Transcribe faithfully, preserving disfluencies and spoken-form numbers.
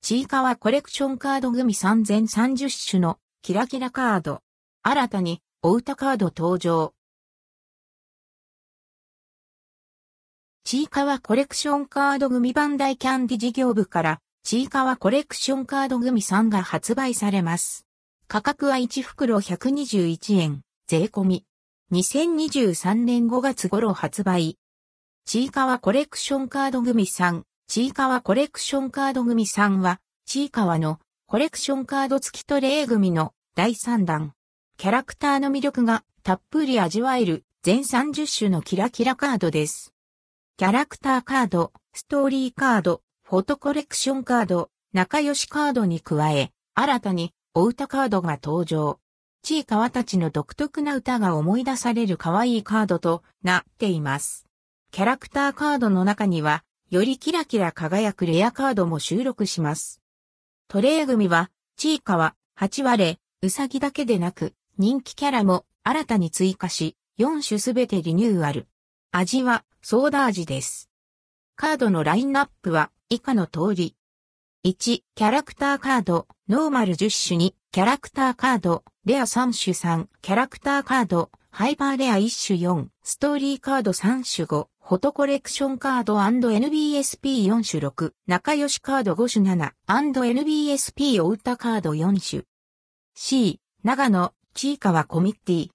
ちいかわコレクションカード組さんぜんさんじゅっ種のキラキラカード。新たにお歌カード登場。ちいかわコレクションカード組バンダイキャンディ事業部からちいかわコレクションカード組さんが発売されます。価格はいちふくろひゃくにじゅういちえん、税込み。にせんにじゅうさんねんごがつ頃発売。ちいかわコレクションカード組さん。ちいかわコレクションカード組さんは、ちいかわのコレクションカード付きトレイ組のだいさんだん。キャラクターの魅力がたっぷり味わえる全さんじゅっ種のキラキラカードです。キャラクターカード、ストーリーカード、フォトコレクションカード、仲良しカードに加え、新たにお歌カードが登場。ちいかわたちの独特な歌が思い出される可愛いカードとなっています。キャラクターカードの中には、よりキラキラ輝くレアカードも収録します。トレイ組は、ちいかわ、はちわれ、うさぎだけでなく、人気キャラも新たに追加し、よん種すべてリニューアル。味は、ソーダ味です。カードのラインナップは、以下の通り。いち、キャラクターカード、ノーマルじゅっ種に、キャラクターカード、レアさん種さん、キャラクターカード、ハイパーレアいち種よん、ストーリーカードさん種ご、フォトコレクションカード &エヌビーエスピーよん種ろく、仲良しカードご種なな、&エヌビーエスピー お歌カードよん種。C、長野、ちいかわコミッティ、